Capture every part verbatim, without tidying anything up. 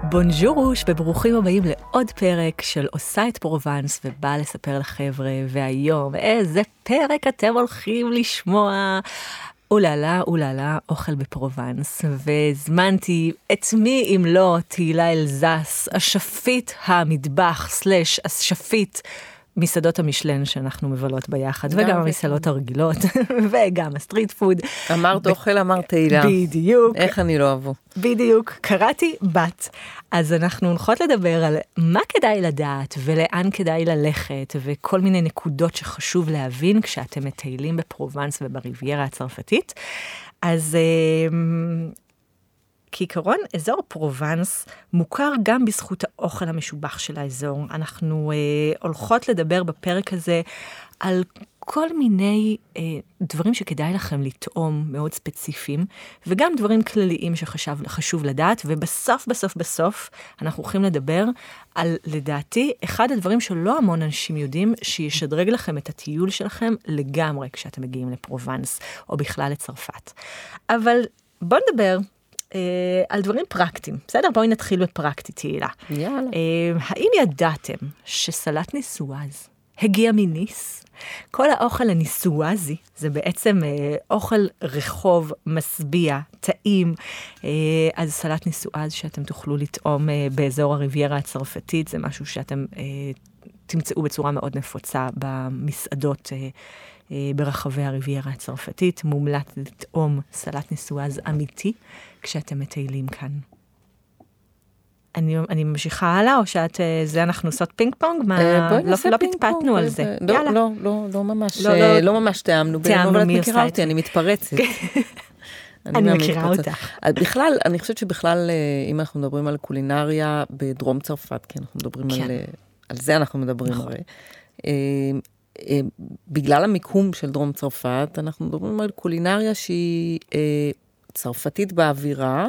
בונז'ורוש וברוכים הבאים לעוד פרק של עושה את פרובנס ובאה לספר לחבר'ה, והיום איזה פרק אתם הולכים לשמוע. אוללה, אוללה, אוכל בפרובנס, והזמנתי את מי אם לא תהילה אלזס, השפית המטבח סלש השפית מסעדות המשלן שאנחנו מבלות ביחד, וגם המסעדות הרגילות, וגם הסטריט פוד. אמרת אוכל, אמרת תהילה. בדיוק. איך אני לא אבוא. בדיוק. קראתי בת. אז אנחנו הולכות לדבר על מה כדאי לדעת, ולאן כדאי ללכת, וכל מיני נקודות שחשוב להבין כשאתם מטיילים בפרובנס ובריביירה הצרפתית. אז כעיקרון, אזור פרובנס מוכר גם בזכות האוכל המשובח של האזור. אנחנו אה, הולכות לדבר בפרק הזה על כל מיני אה, דברים שכדאי לכם לטעום מאוד ספציפיים, וגם דברים כלליים שחשוב לדעת, ובסוף, בסוף, בסוף, אנחנו הולכים לדבר על, לדעתי, אחד הדברים שלא המון אנשים יודעים, שישדרג לכם את הטיול שלכם לגמרי כשאתם מגיעים לפרובנס, או בכלל לצרפת. אבל בואו נדבר על דברים פרקטיים. בסדר? בואי נתחיל בפרקטי, תהילה. יאללה. האם ידעתם שסלט ניסואז הגיע מניס? כל האוכל הניסואזי זה בעצם אוכל רחוב, מסביע, טעים. אז סלט ניסואז שאתם תוכלו לטעום באזור הריביירה הצרפתית, זה משהו שאתם תמצאו בצורה מאוד נפוצה במסעדות ברחבי הריביירה הצרפתית. מומלץ לטעום סלט ניסואז אמיתי כשאתם מטיילים כאן. אני, אני ממשיכה הלאה, או שאת, זה אנחנו עושות פינג פונג? מה, אה, לא, לא פטפטנו על זה. לא, יאללה. לא, לא, לא ממש, לא, לא, לא ממש תאמנו. תאמנו, מי עושה את זה? אני מתפרצת. אני מכירה אותך. בכלל, אני חושבת שבכלל, אם אנחנו מדברים על קולינריה בדרום צרפת, כי אנחנו מדברים על, על זה אנחנו מדברים הרי. בגלל המיקום של דרום צרפת, אנחנו מדברים על קולינריה שהיא צרפתית באווירה,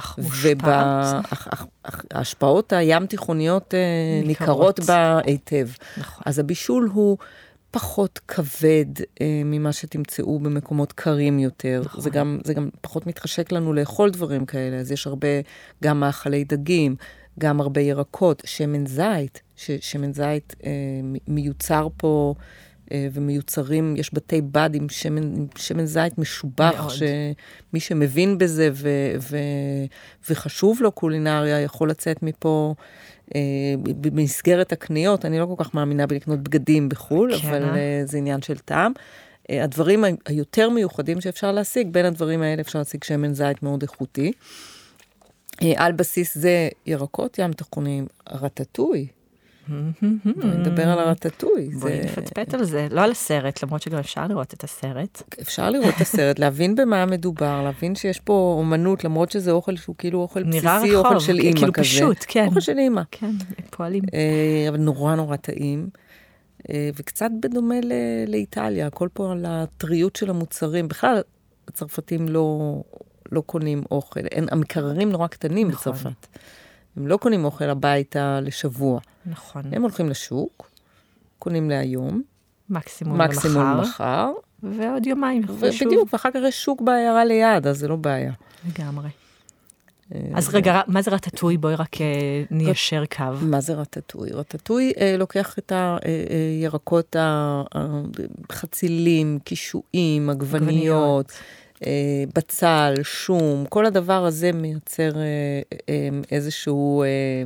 וההשפעות הים תיכוניות ניכרות בה היטב. אז הבישול הוא פחות כבד ממה שתמצאו במקומות קרים יותר. זה גם, זה גם פחות מתחשק לנו לאכול דברים כאלה. אז יש הרבה, גם מאכלי דגים, גם הרבה ירקות, שמן זית, שמן זית מיוצר פה, ומיוצרים, יש בתי בד עם שמן, שמן זית משובח, שמי שמבין בזה ו, ו, וחשוב לו קולינריה, יכול לצאת מפה במסגרת הקניות. אני לא כל כך מאמינה בלקנות בגדים בחול, כן. אבל זה עניין של טעם. הדברים היותר מיוחדים שאפשר להשיג, בין הדברים האלה אפשר להשיג שמן זית מאוד איכותי. על בסיס זה ירקות ים תיכוניים, רטטוי. בואי נדבר על הרטטוי. בואי נפצפת על זה, לא על הסרט, למרות שגם אפשר לראות את הסרט. אפשר לראות את הסרט, להבין במה מדובר, להבין שיש פה אומנות, למרות שזה אוכל שהוא כאילו אוכל בסיסי, אוכל של אימא כזה. כאילו פשוט, כן. אוכל של אימא. כן, פועלים. אבל נורא נורא טעים, וקצת בדומה לאיטליה, הכל פה על הטריות של המוצרים. בכלל, הצרפתים לא... לא קונים אוכל, אין, המקררים נורא קטנים נכון. בצרפת. הם לא קונים אוכל הביתה לשבוע. נכון. הם הולכים לשוק, קונים להיום. מקסימום, מקסימום למחר. מחר. ועוד יומיים. ובדיוק, ואחר כך יש שוק בעיירה ליד, אז זה לא בעיה. לגמרי. אז רגע, מה זה רטטוי? בואי רק ניישר קו. מה זה רטטוי? רטטוי לוקח את הירקות החצילים, קישואים, עגבניות, בצל, שום, כל הדבר הזה מייצר איזשהו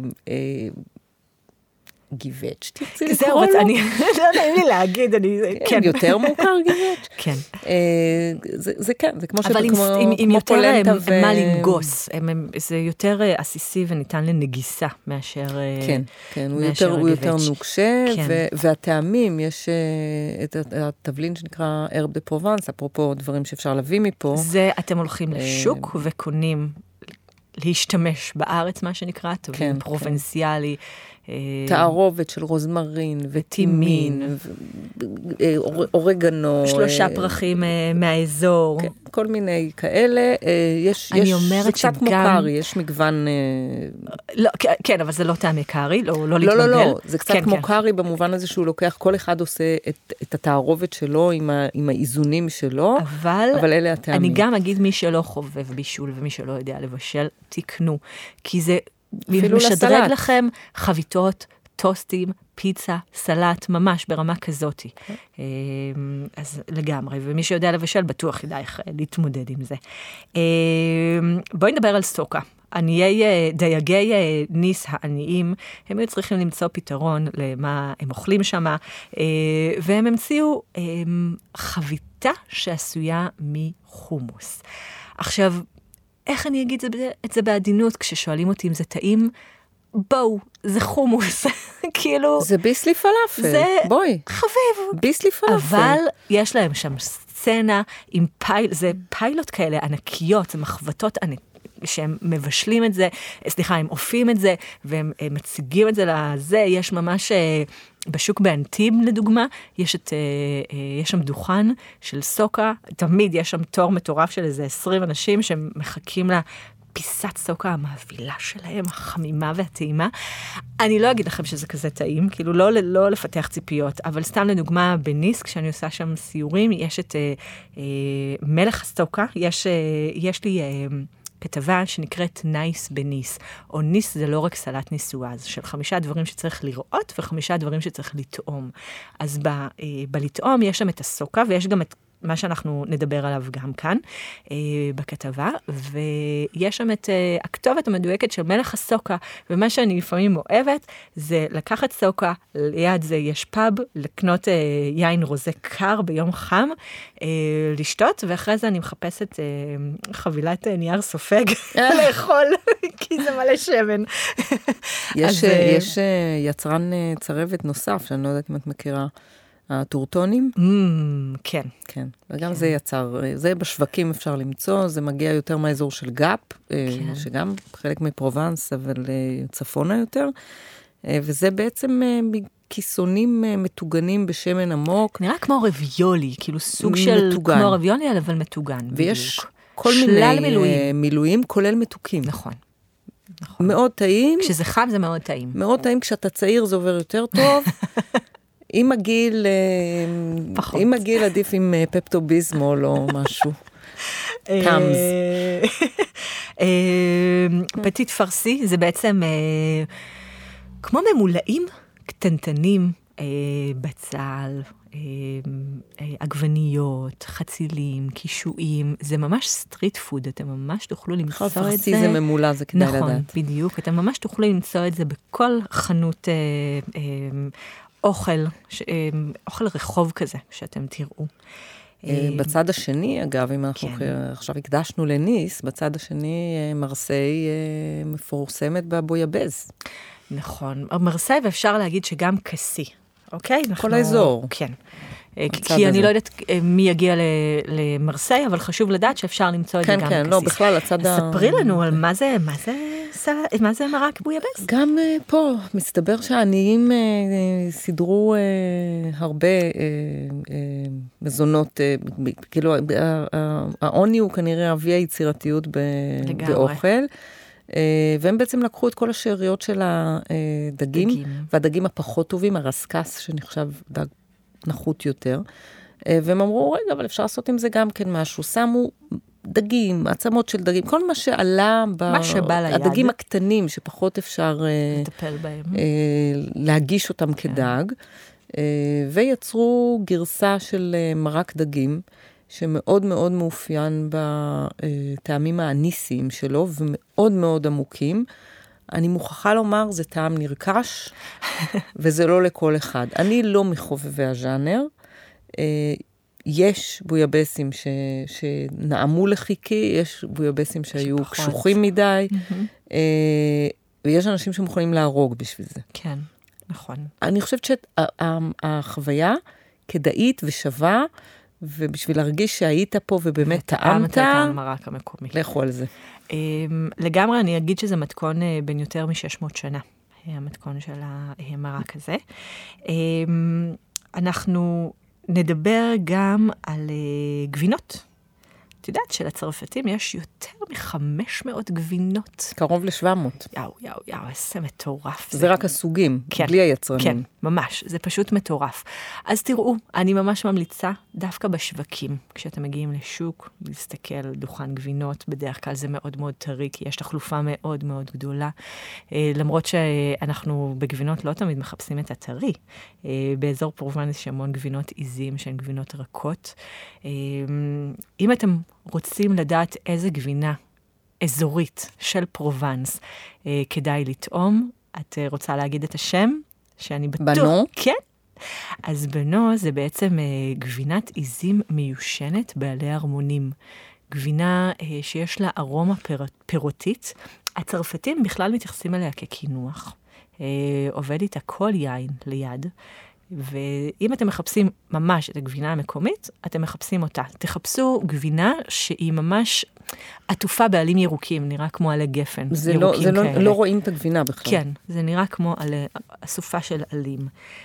גיבץ'. תרצי לקרוא לו? אני לא נעים לי להגיד, אני... כן, יותר מוכר גיבץ'. כן. זה כן, זה כמו אבל עם יותר מה לנגוס, זה יותר עסיסי וניתן לנגיסה מאשר גיבץ'. כן, כן, הוא יותר נוקשה, והטעמים, יש את התבלין שנקרא הרב דה פרובנס, אפרופו דברים שאפשר להביא מפה. זה אתם הולכים לשוק וקונים להשתמש בארץ, מה שנקרא, תבלין פרובנציאלי, תערובת של רוזמרין וטימין, אורגנו. שלושה פרחים מהאזור. כל מיני כאלה. אני אומרת זה קצת כמו קארי, יש מגוון... כן, אבל זה לא טעמי קארי, לא להתבלבל. לא, לא, לא, זה קצת כמו קארי במובן הזה שהוא לוקח, כל אחד עושה את התערובת שלו עם האיזונים שלו, אבל אלה הטעמים. אני גם אגיד מי שלא חובב בישול ומי שלא יודע לבשל, תקנו, כי זה... אפילו משדרג לסלט. לכם חביתות, טוסטים, פיצה, סלט, ממש ברמה כזאת. אז לגמרי, ומי שיודע לבשל בטוח ידע איך להתמודד עם זה. בואי נדבר על סוקה. עניי, דייגי ניס העניים, הם היו צריכים למצוא פתרון למה הם אוכלים שם, והם המציאו חביתה שעשויה מחומוס. עכשיו, איך אני אגיד את זה בעדינות כששואלים אותי אם זה טעים? בואו, זה חומוס. כאילו... זה ביסלי פלאפל, זה בואי. חביב. ביסלי פלאפל. אבל יש להם שם סצנה עם פייל, זה פיילוט כאלה ענקיות, זה מחבטות ענקיות. שהם מבשלים את זה, סליחה, הם אופים את זה, והם מציגים את זה לזה, יש ממש, בשוק באנטיב לדוגמה, יש, את, יש שם דוכן של סוקה, תמיד יש שם תור מטורף של איזה עשרים אנשים, שהם מחכים לפיסת סוקה המאבילה שלהם, החמימה והטעימה. אני לא אגיד לכם שזה כזה טעים, כאילו לא, לא לפתח ציפיות, אבל סתם לדוגמה בניס, כשאני עושה שם סיורים, יש את אה, אה, מלך הסוקה, יש, אה, יש לי... אה, כתבה שנקראת נייס בניס, או ניס זה לא רק סלט ניסואז, של חמישה דברים שצריך לראות, וחמישה דברים שצריך לטעום. אז ב, אה, בלטעום יש שם את הסוקה, ויש גם את מה שאנחנו נדבר עליו גם כאן, אה, בכתבה, ויש שם את אה, הכתובת המדויקת של מלך הסוקה, ומה שאני לפעמים אוהבת, זה לקחת סוקה, ליד זה יש פאב, לקנות אה, יין רוזה קר ביום חם, אה, לשתות, ואחרי זה אני מחפשת אה, חבילת אה, נייר סופג, לאכול, כי זה מלא שמן. יש, אז, אה, יש אה, יצרן אה, צרבת נוסף, שאני לא יודעת אם את מכירה, הטורטונים? Mm, כן. כן, וגם כן. זה יצר, זה בשווקים אפשר למצוא, זה מגיע יותר מהאזור של גאפ, כן. שגם חלק מפרובנס, אבל צפונה יותר, וזה בעצם כיסונים מטוגנים בשמן עמוק. נראה כמו רביולי, כאילו סוג של מטוגן. כמו רביולי, אבל מטוגן. ויש בדיוק. כל מיני מילואים. מילואים, כולל מתוקים. נכון. נכון. מאוד טעים. כשזה חם זה מאוד טעים. מאוד טעים, כשאתה צעיר זה עובר יותר טוב. עם הגיל, פחות. עם הגיל עדיף עם פפטוביזמול או משהו. טאמס. פטיט פרסי, זה בעצם כמו ממולאים קטנטנים, בצל, עגבניות, חצילים, קישואים, זה ממש סטריט פוד, אתם ממש תוכלו למצוא את זה. פרסי זה ממולה, זה כדאי לדעת. נכון, בדיוק, אתם ממש תוכלו למצוא את זה בכל חנות אוכל, אוכל רחוב כזה, שאתם תראו. בצד השני, אגב, אם אנחנו עכשיו הקדשנו לניס, בצד השני מרסיי מפורסמת בבויאבז. נכון, מרסיי, ואפשר להגיד שגם קסי, אוקיי? כל האזור. כן. כי אני לא יודעת מי יגיע למרסיי, אבל חשוב לדעת שאפשר למצוא את זה גם בקסיס. כן, כן, לא, בכלל, הצד ה... ספרי לנו על מה זה, מה זה, מה זה מרק בויאבז? גם פה, מסתבר שהעניים סידרו הרבה מזונות, כאילו, העוני הוא כנראה אבי היצירתיות באוכל, והם בעצם לקחו את כל השאריות של הדגים, והדגים הפחות טובים, הרסקס שנחשב דג נחות יותר, והם אמרו, רגע, אבל אפשר לעשות עם זה גם כן משהו, שמו דגים, עצמות של דגים, כל מה שעלה, מה שבא ליד. הדגים הקטנים שפחות אפשר לטפל בהם. להגיש אותם כדג, ויצרו גרסה של מרק דגים, שמאוד מאוד מאופיין בטעמים האניסיים שלו, ומאוד מאוד עמוקים. אני מוכרחה לומר, זה טעם נרכש, וזה לא לכל אחד. אני לא מחובבי הז'אנר. יש בויאבסים ש, שנעמו לחיקי, יש בויאבסים שהיו שפחות. קשוחים מדי, mm-hmm. ויש אנשים שמוכנים להרוג בשביל זה. כן, נכון. אני חושבת שהחוויה כדאית ושווה, ובשביל להרגיש שהיית פה ובאמת טעמת, טעמת את המרק המקומי. לכו על זה. לגמרי אני אגיד שזה מתכון בין יותר מ-שש מאות שנה, המתכון של המרק הזה. אנחנו נדבר גם על גבינות. יודעת שלצרפתים יש יותר מ-חמש מאות גבינות. קרוב ל-שבע מאות. יאו, יאו, יאו, איזה מטורף. זה, זה רק הסוגים, כן, בלי היצרנים. כן, ממש, זה פשוט מטורף. אז תראו, אני ממש ממליצה דווקא בשווקים, כשאתם מגיעים לשוק, להסתכל על דוכן גבינות, בדרך כלל זה מאוד מאוד טרי, כי יש תחלופה מאוד מאוד גדולה. למרות שאנחנו בגבינות לא תמיד מחפשים את הטרי. באזור פרובנס יש המון גבינות עיזים שהן גבינות רכות. אם אתם רוצים לדעת איזה גבינה אזורית של פרובנס כדאי לטעום, את רוצה להגיד את השם? שאני בטוח... בנו? כן. אז בנו זה בעצם גבינת עיזים מיושנת בעלי הרמונים. גבינה שיש לה ארומה פירותית. הצרפתים בכלל מתייחסים אליה כקינוח. עובד איתה כל יין ליד. ואם אתם מחפשים ממש את הגבינה המקומית, אתם מחפשים אותה. תחפשו גבינה שהיא ממש עטופה בעלים ירוקים, נראה כמו עלי גפן. זה לא, זה לא, לא רואים את הגבינה בכלל. כן, זה נראה כמו עלי, אסופה של עלים.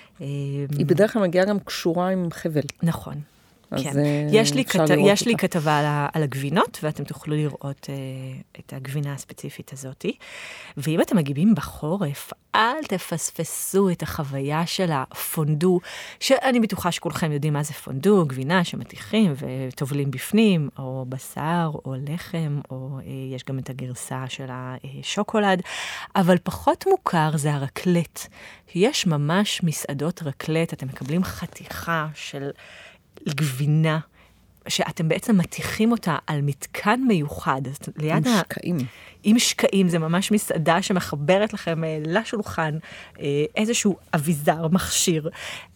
היא בדרך כלל מגיעה גם קשורה עם חבל. נכון. כן. אז יש לי, כת... יש אותה. לי כתבה על, ה... על הגבינות, ואתם תוכלו לראות אה, את הגבינה הספציפית הזאת. ואם אתם מגיבים בחורף, אל תפספסו את החוויה של הפונדו, שאני בטוחה שכולכם יודעים מה זה פונדו, גבינה שמתיחים וטובלים בפנים, או בשר, או לחם, או אה, יש גם את הגרסה של השוקולד, אבל פחות מוכר זה הרקלט. יש ממש מסעדות רקלט, אתם מקבלים חתיכה של... גבינה, שאתם בעצם מתיחים אותה על מתקן מיוחד. עם שקעים. עם שקעים, זה ממש מסעדה שמחברת לכם לשולחן איזשהו אביזר, מכשיר.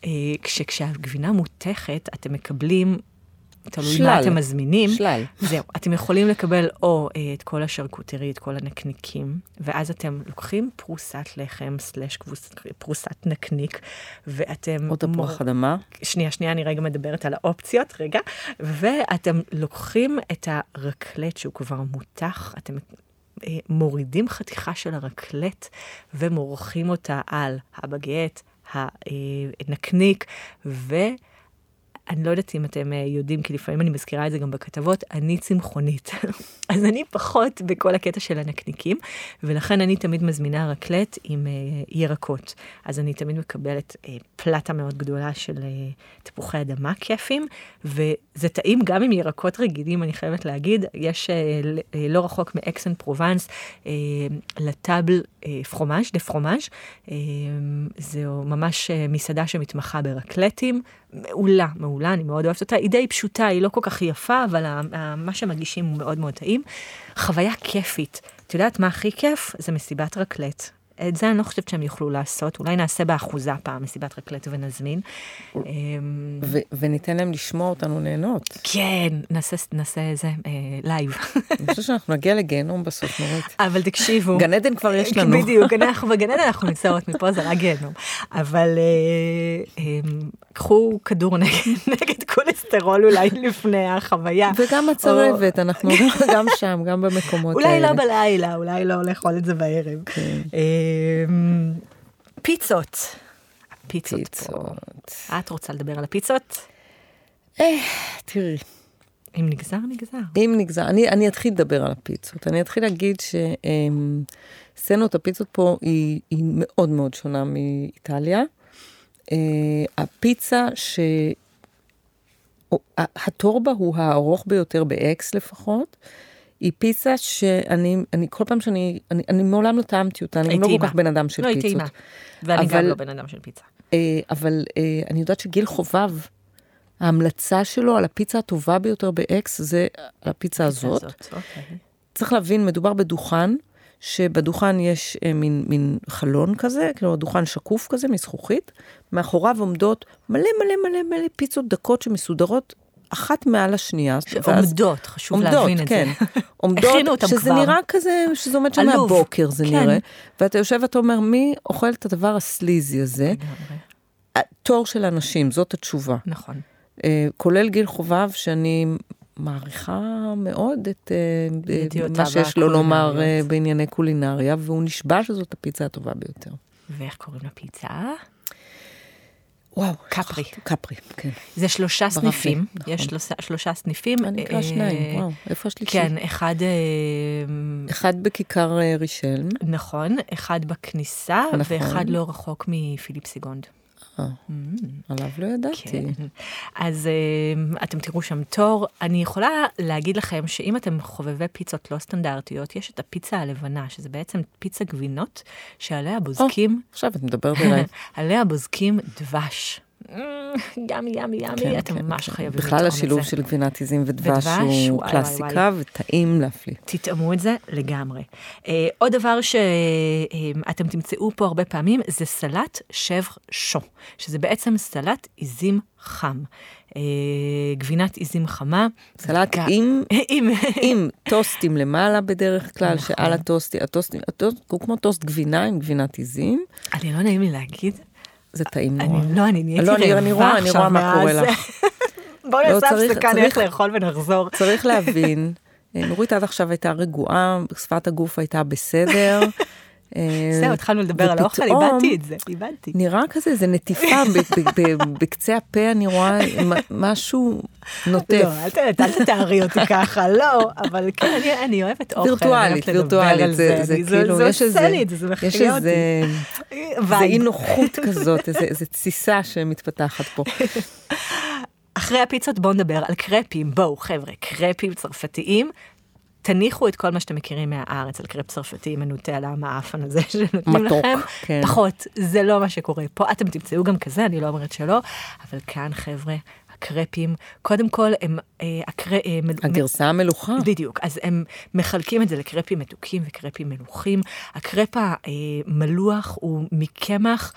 כשהגבינה מותחת, אתם מקבלים... תלוי מה אתם מזמינים. שלל. זהו, אתם יכולים לקבל או את כל השרקוטרי, את כל הנקניקים, ואז אתם לוקחים פרוסת לחם, סלש פרוסת נקניק, ואתם... או תפוח אדמה. שנייה, שנייה, אני רגע מדברת על האופציות, רגע, ואתם לוקחים את הרקלט שהוא כבר מותח, אתם מורידים חתיכה של הרקלט, ומורחים אותה על הבגט, הנקניק, ו... אני לא יודעת אם אתם יודעים, כי לפעמים אני מזכירה את זה גם בכתבות, אני צמחונית. אז אני פחות בכל הקטע של הנקניקים, ולכן אני תמיד מזמינה רקלט עם ירקות. אז אני תמיד מקבלת פלטה מאוד גדולה של תפוחי אדמה כיפים, וזה טעים גם עם ירקות רגילים, אני חייבת להגיד. יש לא רחוק מאקסן פרובנס, לטאבל פרומאז' דה פרומאז'. זו ממש מסעדה שמתמחה ברקלטים, מעולה, מעולה, אני מאוד אוהבת אותה. היא די פשוטה, היא לא כל כך יפה, אבל מה שמגישים הוא מאוד מאוד טעים. חוויה כיפית. את יודעת מה הכי כיף? זה מסיבת רקלט. את זה אני לא חושבת שהם יוכלו לעשות. אולי נעשה באחוזה פעם מסיבת רקלט ונזמין. וניתן להם לשמוע אותנו ליהנות. כן, נעשה איזה לייב. אני חושבת שאנחנו נגיע לגנום בסוף, נורית. אבל תקשיבו. גן עדן כבר יש לנו. בדיוק, בגן עדן אנחנו נצאות מפה, זה רק גנום. אבל קחו כדור נגד קולסטרול אולי לפני החוויה. וגם הצרבת, אנחנו גם שם, גם במקומות האלה. אולי לא בלילה, אולי לא לאכול את זה בערב. פיצות. פיצות פה. את רוצה לדבר על הפיצות? אה, תראי. אם נגזר, נגזר. אם נגזר. אני, אני אתחיל לדבר על הפיצות. אני אתחיל להגיד שסצנות הפיצות פה היא, היא מאוד מאוד שונה מאיטליה. הפיצה ש... התור בה הוא הארוך ביותר באקס לפחות. היא פיצה שאני, אני כל פעם שאני, אני, אני מעולם לא טעמתי אותה, אני לא כל כך בן אדם של פיצות. לא, היא טעימה. ואני גם לא בן אדם של פיצה. אבל אני יודעת שגיל חובב, ההמלצה שלו על הפיצה הטובה ביותר באקס, זה על הפיצה הזאת. צריך להבין, מדובר בדוכן, שבדוכן יש מין, מין חלון כזה, כאילו דוכן שקוף כזה, מזכוכית, מאחוריו עומדות מלא מלא מלא מלא פיצות דקות שמסודרות, אחת מעל השנייה. שעומדות, חשוב להבין את זה. עומדות, שזה נראה כזה, שזה עומד שם מהבוקר, זה נראה. ואתה יושב ואתה אומר, מי אוכל את הדבר הסליזי הזה? תור של אנשים, זאת התשובה. נכון. כולל גיל חובב, שאני מעריכה מאוד את מה שיש לו לומר בענייני קולינריה, והוא נשבע שזאת הפיצה הטובה ביותר. ואיך קוראים לפיצה? וואו, קפרי. קפרי, כן. זה שלושה סניפים, יש שלושה סניפים. אני נקרא שניים, וואו, איפה השלישי? כן, אחד... אחד בכיכר רישל. נכון, אחד בכניסה, ואחד לא רחוק מפיליפ סיגונד. עליו לא ידעתי. אז אתם תראו שם תור. אני יכולה להגיד לכם שאם אתם חובבי פיצות לא סטנדרטיות, יש את הפיצה הלבנה, שזה בעצם פיצה גבינות, שעליה בוזקים... עכשיו את מדברת אליי. עליה בוזקים דבש. ימי, ימי, ימי, אתם ממש חייבים לטעום את זה. בכלל השילוב של גבינת עיזים ודבש הוא קלאסיקה וטעים להפליא. תטעמו את זה לגמרי. עוד דבר שאתם תמצאו פה הרבה פעמים, זה סלט שבח שו, שזה בעצם סלט עיזים חם. גבינת עיזים חמה. סלט עם טוסטים למעלה בדרך כלל, שעל הטוסטים, הטוסטים, הוא כמו טוסט גבינה עם גבינת עיזים. אני לא נעים לי להגיד, זה טעים נורא. לא, אני נהייתי רעבה עכשיו. אני רואה, אני רואה מה קורה לך. בואו נעשה הפסקה, נלך לאכול ונחזור. צריך להבין, נורית עד עכשיו הייתה רגועה, שפת הגוף הייתה בסדר. זהו, התחלנו לדבר על האוכל, איבדתי את זה, איבדתי. נראה כזה, זה נטיפה בקצה הפה, אני רואה משהו נוטף. לא, אל תתארי אותי ככה, לא, אבל כן, אני אוהבת אוכל. וירטואלית, וירטואלית, זה כאילו, יש איזה, יש איזה, זה אי נוחות כזאת, איזה תסיסה שמתפתחת פה. אחרי הפיצות בואו נדבר על קרפים, בואו חבר'ה, קרפים צרפתיים, תניחו את כל מה שאתם מכירים מהארץ על קרפ צרפתי מנוטה על המאפן הזה שנותנים לכם. כן. פחות, זה לא מה שקורה. פה אתם תמצאו גם כזה, אני לא אומרת שלא, אבל כאן חבר'ה, הקרפים, קודם כל הם... הקר... הגרסה המלוכה. בדיוק, אז הם מחלקים את זה לקרפים מתוקים וקרפים מלוכים. הקרפ המלוח הוא מקמח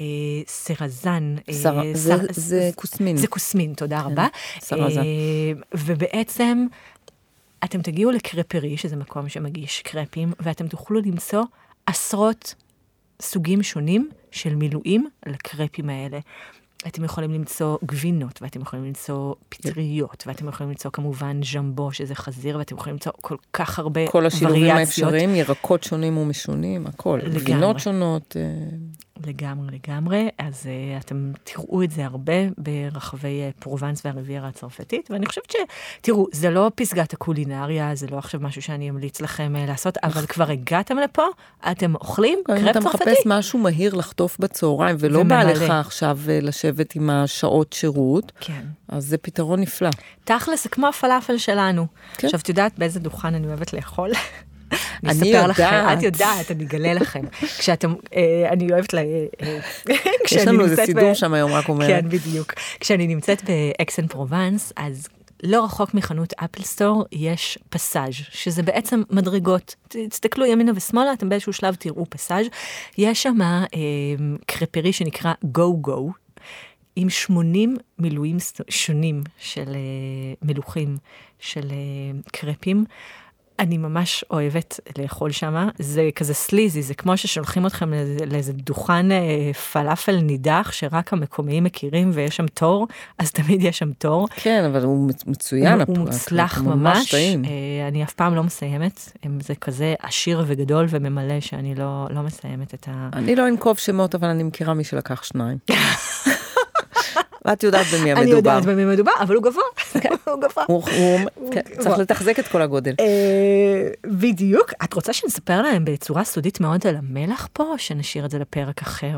סרזן. סר... זה, ס... זה קוסמין. זה קוסמין, תודה כן. רבה. סרזן. ובעצם... אתם תגיעו לקרפרי, שזה מקום שמגיש קרפים, ואתם תוכלו למצוא עשרות סוגים שונים של מילואים לקרפים האלה. אתם יכולים למצוא גבינות, ואתם יכולים למצוא פטריות, ואתם יכולים למצוא כמובן ז'מבו, שזה חזיר, ואתם יכולים למצוא כל כך הרבה וריאציות. כל השילובים האפשריים, ירקות שונים ומשונים, הכל. לגמרי. גבינות שונות. לגמרי, לגמרי. אז uh, אתם תראו את זה הרבה ברחבי uh, פרובנס והריביירה הצרפתית, ואני חושבת שתראו, זה לא פסגת הקולינריה, זה לא עכשיו משהו שאני אמליץ לכם uh, לעשות, אבל כבר הגעתם לפה, אתם אוכלים קרפ צרפתי. אתה מחפש משהו מהיר לחטוף בצהריים, ולא בא לך עכשיו לשבת עם השעות שירות, כן. אז זה פתרון נפלא. תכלס, זה כמו הפלאפל שלנו. כן. עכשיו, את יודעת באיזה דוכן אני אוהבת לאכול? אני יודעת. לכם, את יודעת, אני אגלה לכם. כשאתם, אני אוהבת לה... יש לנו איזה סידור שם היום, רק אומרת. כן, בדיוק. כשאני נמצאת באקסן פרובנס, אז לא רחוק מחנות אפל סטור, יש פסאז', שזה בעצם מדרגות. תסתכלו ימינה ושמאלה, אתם באיזשהו שלב תראו פסאז'. יש שם קרפרי שנקרא גו גו, עם שמונים מילואים שונים של מלוכים, של קרפים. אני ממש אוהבת לאכול שם, זה כזה סליזי, זה כמו ששולחים אתכם לאיזה, לאיזה דוכן פלאפל נידח, שרק המקומיים מכירים ויש שם תור, אז תמיד יש שם תור. כן, אבל הוא מצוין. הוא מוצלח ממש, אני אף פעם לא מסיימת, זה כזה עשיר וגדול וממלא, שאני לא, לא מסיימת את ה... אני לא אנקוב שמות, אבל אני מכירה מי שלקח שניים. ואת יודעת במי המדובר. אני יודעת במי המדובר, אבל הוא גבוה. הוא גבוה. צריך לתחזק את כל הגודל. בדיוק. את רוצה שנספר להם בצורה סודית מאוד על המלח פה, או שנשאיר את זה לפרק אחר?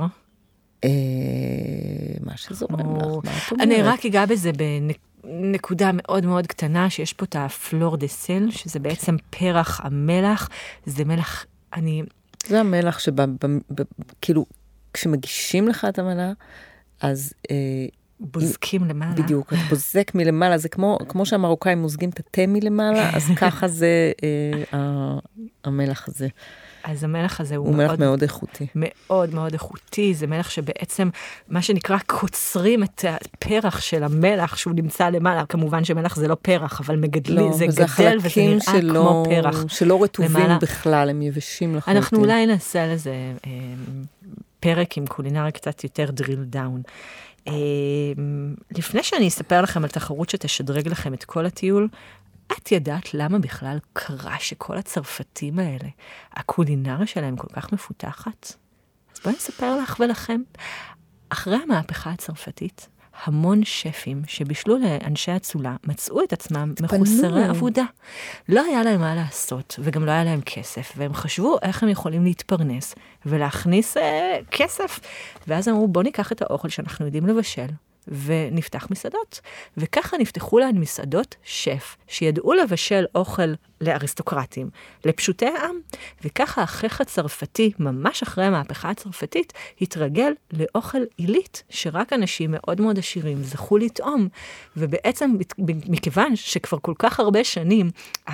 מה שזורם לך, מה את אומרת? אני רק אגע בזה בנקודה מאוד מאוד קטנה, שיש פה את הפלור דה סל, שזה בעצם פרח המלח. זה מלח, אני... זה המלח שבה, כאילו, כשמגישים לך את המנה, אז... בוזקים למעלה. בדיוק, את בוזק מלמעלה, זה כמו, כמו שהמרוקאים מוזגים את התה מלמעלה, אז ככה זה אה, המלח הזה. אז המלח הזה הוא, הוא מאוד, מלח מאוד איכותי. מאוד מאוד איכותי, זה מלח שבעצם, מה שנקרא, קוצרים את הפרח של המלח, שהוא נמצא למעלה, כמובן שמלח זה לא פרח, אבל מגדלים, לא, זה גדל וזה נראה שלא, כמו פרח. שלא רטובים למעלה. בכלל, הם יבשים לחלוטין. אנחנו אולי נעשה לזה אה, פרק עם קולינריה קצת יותר drill down. Uh, לפני שאני אספר לכם על תחרות שתשדרג לכם את כל הטיול, את ידעת למה בכלל קרה שכל הצרפתים האלה, הקולינריה שלהם כל כך מפותחת? אז בואי נספר לך ולכם. אחרי המהפכה הצרפתית, המון שפים שבישלו לאנשי הצולה מצאו את עצמם מחוסרי עבודה. לא היה להם מה לעשות, וגם לא היה להם כסף, והם חשבו איך הם יכולים להתפרנס ולהכניס אה, כסף. ואז אמרו, בוא ניקח את האוכל שאנחנו יודעים לבשל, ונפתח מסעדות. וככה נפתחו להן מסעדות שף, שידעו לבשל אוכל לאריסטוקרטים, לפשוטי העם. וככה אחיך הצרפתי, ממש אחרי המהפכה הצרפתית, התרגל לאוכל עילית, שרק אנשים מאוד מאוד עשירים זכו לטעום. ובעצם, מכיוון שכבר כל כך הרבה שנים,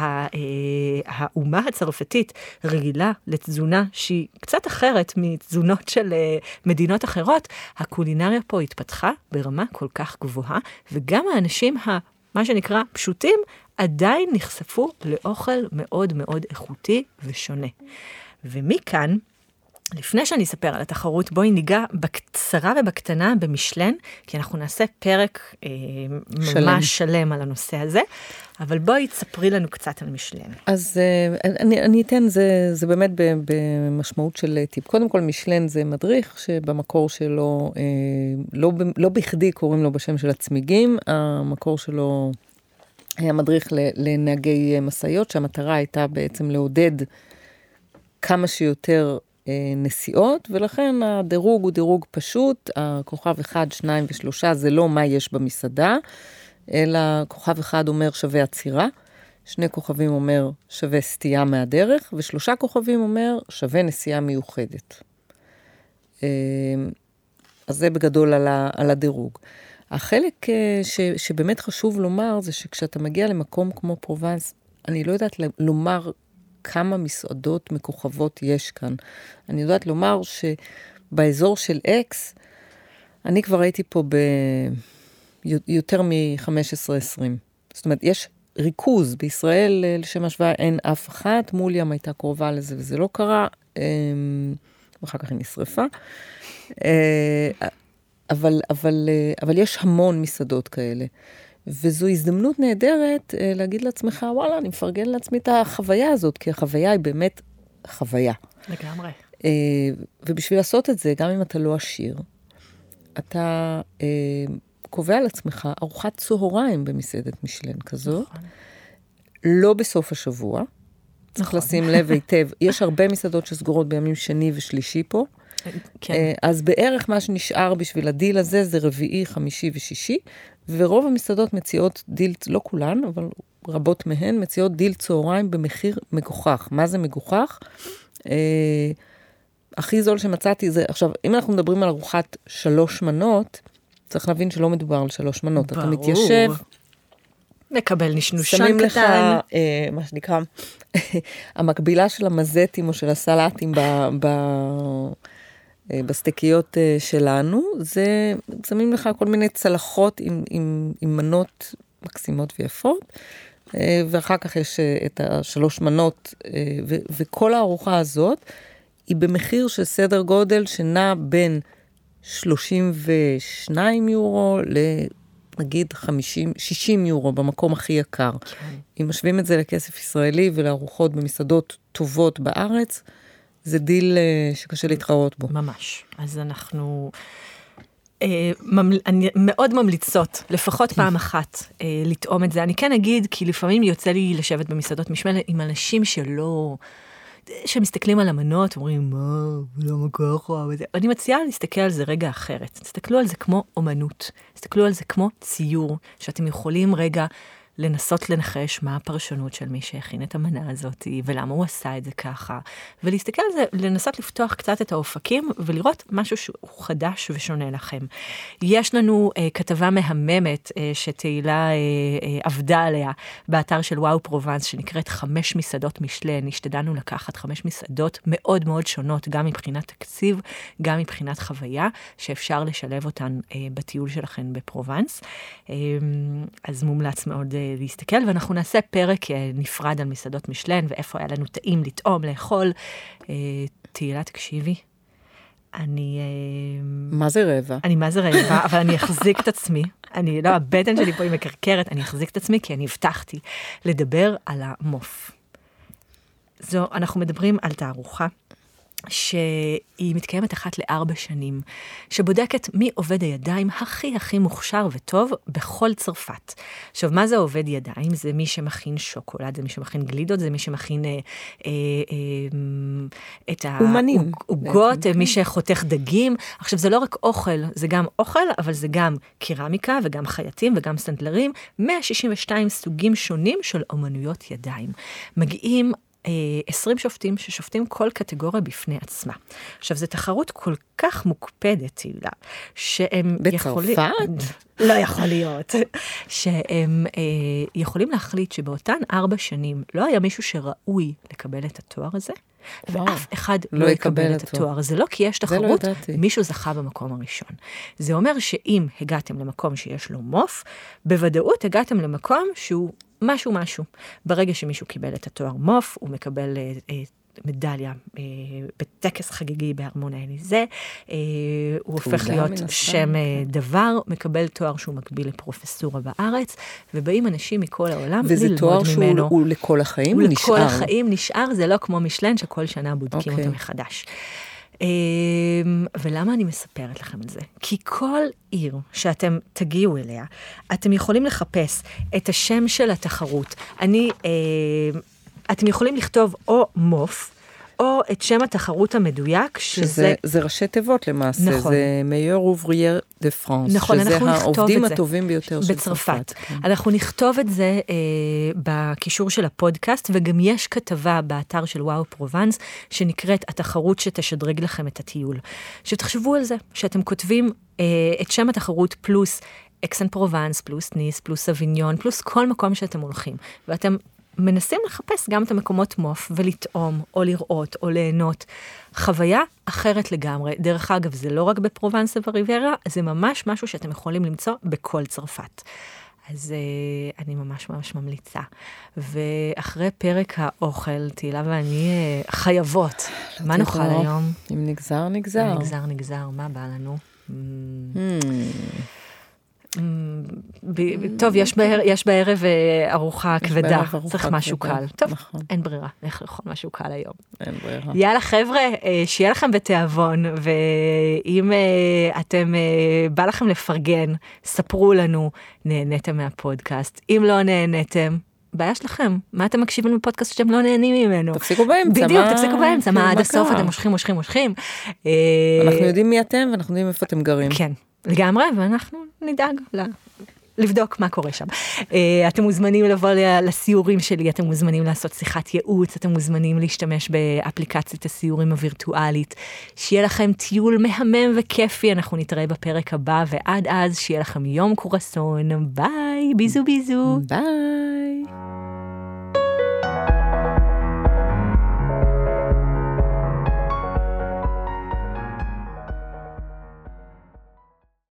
האומה הצרפתית רגילה לתזונה שהיא קצת אחרת מתזונות של מדינות אחרות, הקולינריה פה התפתחה ברמה כל כך גבוהה, וגם האנשים ה... מה שנקרא פשוטים, עדיין נחשפו לאוכל מאוד מאוד איכותי ושונה. ומכאן, לפני שאני אספר על התחרות, בואי ניגע בקצרה ובקטנה במשלן, כי אנחנו נעשה פרק אה, שלם. ממש שלם על הנושא הזה, אבל בואי תספרי לנו קצת על משלן. אז אה, אני, אני אתן, זה, זה באמת במשמעות של טיפ. קודם כל, משלן זה מדריך שבמקור שלו, אה, לא, לא בכדי קוראים לו בשם של הצמיגים, המקור שלו היה מדריך לנהגי מסעיות, שהמטרה הייתה בעצם לעודד כמה שיותר נסיעות, ולכן הדירוג הוא דירוג פשוט, הכוכב אחד, שניים ושלושה, זה לא מה יש במסעדה, אלא כוכב אחד אומר שווה עצירה, שני כוכבים אומר שווה סטייה מהדרך, ושלושה כוכבים אומר שווה נסיעה מיוחדת. אז זה בגדול על, ה, על הדירוג. החלק ש, שבאמת חשוב לומר, זה שכשאתה מגיע למקום כמו פרובנס, אני לא יודעת לומר כמה מסעדות מכוכבות יש כאן. אני יודעת לומר שבאזור של אקס, אני כבר הייתי פה ביותר מ-חמש עשרה עשרים. זאת אומרת, יש ריכוז. בישראל, לשם השוואה, אין אף אחת. מוליאם הייתה קרובה לזה, וזה לא קרה. ואחר כך היא נשרפה. אבל, אבל, אבל יש המון מסעדות כאלה. וזו הזדמנות נהדרת להגיד לעצמך, וואלה, אני מפרגן לעצמי את החוויה הזאת, כי החוויה היא באמת חוויה. לגמרי. ובשביל לעשות את זה, גם אם אתה לא עשיר, אתה קובע לעצמך ארוחת צהריים במסעדת משלן כזאת, נכון. לא בסוף השבוע, צריך נכון. לשים לב היטב, יש הרבה מסעדות שסגורות בימים שני ושלישי פה, כן. אז בערך מה שנשאר בשביל הדיל הזה, זה רביעי, חמישי ושישי, ורוב המסעדות מציעות דיל, לא כולן, אבל רבות מהן, מציעות דיל צהריים במחיר מגוחך. מה זה מגוחך? אה, הכי זול שמצאתי זה, עכשיו, אם אנחנו מדברים על ארוחת שלוש מנות, צריך להבין שלא מדובר על שלוש מנות. ברור. אתה מתיישב, מקבל נשנושן קטן. שמים לך, אה, מה שנקרא, המקבילה של המזטים או של הסלטים ב... ב בסטיקיות שלנו, זה שמים לך כל מיני צלחות עם, עם, עם מנות מקסימות ויפות, ואחר כך יש את השלוש מנות, ו, וכל הארוחה הזאת היא במחיר של סדר גודל שנע בין שלושים ושניים יורו לנגיד חמישים, שישים יורו במקום הכי יקר. אם משווים את זה לכסף ישראלי ולארוחות במסעדות טובות בארץ, זה דיל שקשה להתחרות בו. ממש. אז אנחנו אה, ממל... אני מאוד ממליצות, לפחות פעם אחת, אה, לטעום את זה. אני כן אגיד, כי לפעמים יוצא לי לשבת במסעדות משמל עם אנשים שלא, שמסתכלים על המנות, אומרים, מה, למה ככה? אני מציעה להסתכל על זה רגע אחרת. תסתכלו על זה כמו אומנות. תסתכלו על זה כמו ציור, שאתם יכולים רגע לנסות לנחש מה הפרשנות של מי שהכין את המנה הזאת, ולמה הוא עשה את זה ככה, ולהסתכל על זה, לנסות לפתוח קצת את האופקים, ולראות משהו שהוא חדש ושונה לכם. יש לנו אה, כתבה מהממת, אה, שתהילה אה, אה, עבדה עליה, באתר של וואו פרובנס, שנקראת חמש מסעדות משלן. השתדלנו לקחת חמש מסעדות מאוד מאוד שונות, גם מבחינת תקציב, גם מבחינת חוויה, שאפשר לשלב אותן אה, בטיול שלכם בפרובנס. אה, אז מומלץ מאוד אה, להסתכל, ואנחנו נעשה פרק נפרד על מסעדות משלן, ואיפה היה לנו טעים לטעום, לאכול. תהילה, תקשיבי. אני... מה זה רבע? אני מה זה רבע, אבל אני אחזיק את עצמי. אני, לא, הבטן שלי פה היא מקרקרת, אני אחזיק את עצמי, כי אני הבטחתי לדבר על המוף. זו, אנחנו מדברים על תערוכה, שהיא מתקיימת אחת לארבע שנים, שבודקת מי עובד הידיים הכי הכי מוכשר וטוב בכל צרפת. עכשיו, מה זה עובד ידיים? זה מי שמכין שוקולד, זה מי שמכין גלידות, זה מי שמכין אה, אה, אה, את העוגות, מי שחותך דגים. עכשיו, זה לא רק אוכל, זה גם אוכל, אבל זה גם קרמיקה וגם חייטים וגם סנדלרים, מאה שישים ושתיים סוגים שונים של אומנויות ידיים. מגיעים עשרים שופטים ששופטים כל קטגוריה בפני עצמה. עכשיו, זו תחרות כל כך מוקפדת, הילה, שהם יכולים... בצרפת? לא יכול להיות. שהם אה, יכולים להחליט שבאותן ארבע שנים לא היה מישהו שראוי לקבל את התואר הזה, ואף אחד לא, לא יקבל את התואר. זה לא כי יש תחרות, לא מישהו זכה במקום הראשון. זה אומר שאם הגעתם למקום שיש לו מוף, בוודאות הגעתם למקום שהוא משהו משהו. ברגע שמישהו קיבל את התואר מוף, הוא מקבל אה, אה, מדליה אה, בטקס חגיגי בארמון האליזה, אה, הוא הופך להיות שם אה, דבר, מקבל תואר שהוא מקביל לפרופסורה בארץ, ובאים אנשים מכל העולם ללמוד ממנו. וזה תואר שהוא לכל החיים? הוא לכל החיים נשאר, זה לא כמו משלן שכל שנה בודקים אותו מחדש. ולמה אני מספרת לכם את זה? כי כל עיר שאתם תגיעו אליה, אתם יכולים לחפש את השם של התחרות. אני, אתם יכולים לכתוב או מוף, או את שם התחרות המדויק, שזה... זה ראשי תיבות למעשה, נכון. זה מאיור אוברייר דה פרנס, נכון, שזה העובדים הטובים ביותר של צרפת. כן. אנחנו נכתוב את זה אה, בקישור של הפודקאסט, וגם יש כתבה באתר של וואו פרובנס, שנקראת התחרות שתשדרג לכם את הטיול. שתחשבו על זה, שאתם כותבים אה, את שם התחרות פלוס אקסן פרובנס, פלוס ניס, פלוס אביניון, פלוס כל מקום שאתם הולכים, ואתם מנסים לחפש גם את המקומות מוף, ולטעום, או לראות, או ליהנות. חוויה אחרת לגמרי. דרך אגב, זה לא רק בפרובנס ובריביירה, זה ממש משהו שאתם יכולים למצוא בכל צרפת. אז uh, אני ממש ממש ממליצה. ואחרי פרק האוכל, תהילה ואני uh, חייבות. לא מה נאכל היום? אם נגזר, נגזר. אם נגזר, נגזר. מה בא לנו? Mm. Hmm. טוב, יש בערב ארוחה כבדה, צריך משהו קל. טוב, אין ברירה, איך לאכול משהו קל היום. אין ברירה. יאללה חבר'ה, שיהיה לכם בתיאבון, ואם אתם, בא לכם לפרגן, ספרו לנו, נהניתם מהפודקאסט. אם לא נהניתם, בעיה שלכם. מה אתם מקשיבים בפודקאסט שאתם לא נהנים ממנו? תפסיקו באמצע. בדיוק, תפסיקו באמצע. מה עד הסוף אתם מושכים, מושכים, מושכים. אנחנו יודעים מי אתם, ואנחנו יודעים איפה אתם גרים. כן. לגמרי, ואנחנו נדאג לבדוק מה קורה שם. אתם מוזמנים לבוא לסיורים שלי, אתם מוזמנים לעשות שיחת ייעוץ, אתם מוזמנים להשתמש באפליקציית הסיורים הווירטואלית. שיהיה לכם טיול מהמם וכיפי, אנחנו נתראה בפרק הבא, ועד אז שיהיה לכם יום קורסון. ביי, ביזו ביזו. ביי.